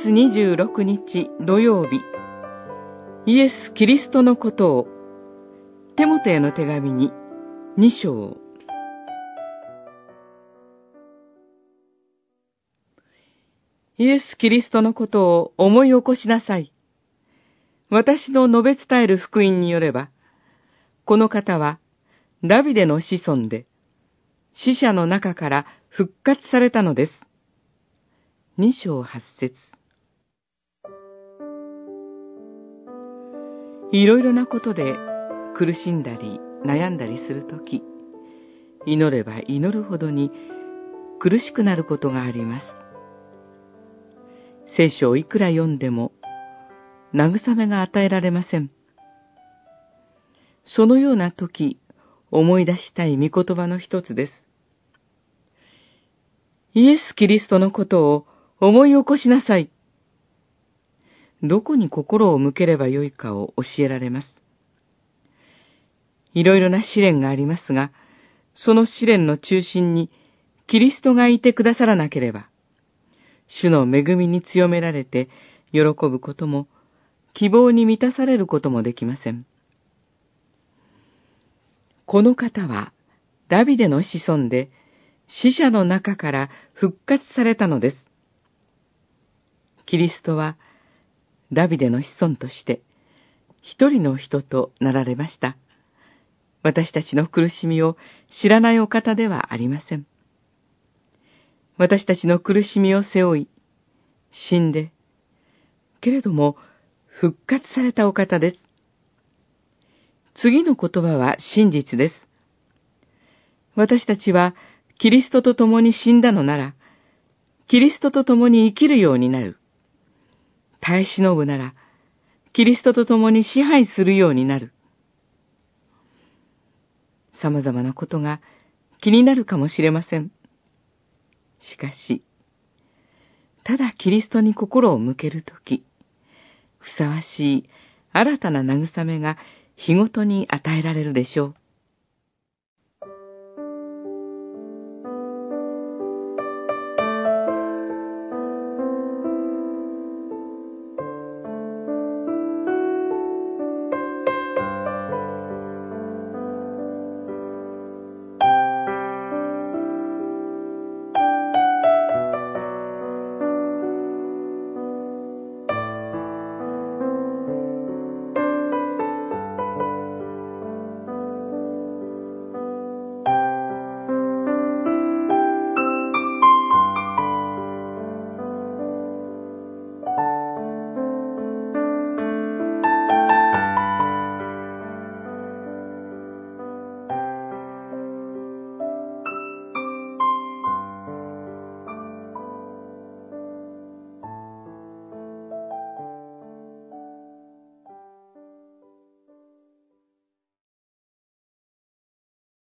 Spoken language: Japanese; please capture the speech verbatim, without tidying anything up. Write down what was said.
つにじゅうろくにち土曜日、イエス・キリストのことを、テモテへの手紙にに章。イエス・キリストのことを思い起こしなさい。私の述べ伝える福音によれば、この方はダビデの子孫で、死者の中から復活されたのです。に章はち節。いろいろなことで苦しんだり悩んだりするとき、祈れば祈るほどに苦しくなることがあります。聖書をいくら読んでも慰めが与えられません。そのようなとき、思い出したい御言葉の一つです。イエス・キリストのことを思い起こしなさい。どこに心を向ければよいかを教えられます。いろいろな試練がありますが、その試練の中心にキリストがいてくださらなければ、主の恵みに強められて喜ぶことも、希望に満たされることもできません。この方はダビデの子孫で、死者の中から復活されたのです。キリストはダビデの子孫として一人の人となられました。私たちの苦しみを知らないお方ではありません。私たちの苦しみを背負い、死んで、けれども復活されたお方です。次の言葉は真実です。私たちはキリストと共に死んだのなら、キリストと共に生きるようになる。耐え忍ぶなら、キリストと共に支配するようになる。様々なことが気になるかもしれません。しかし、ただキリストに心を向けるとき、ふさわしい新たな慰めが日ごとに与えられるでしょう。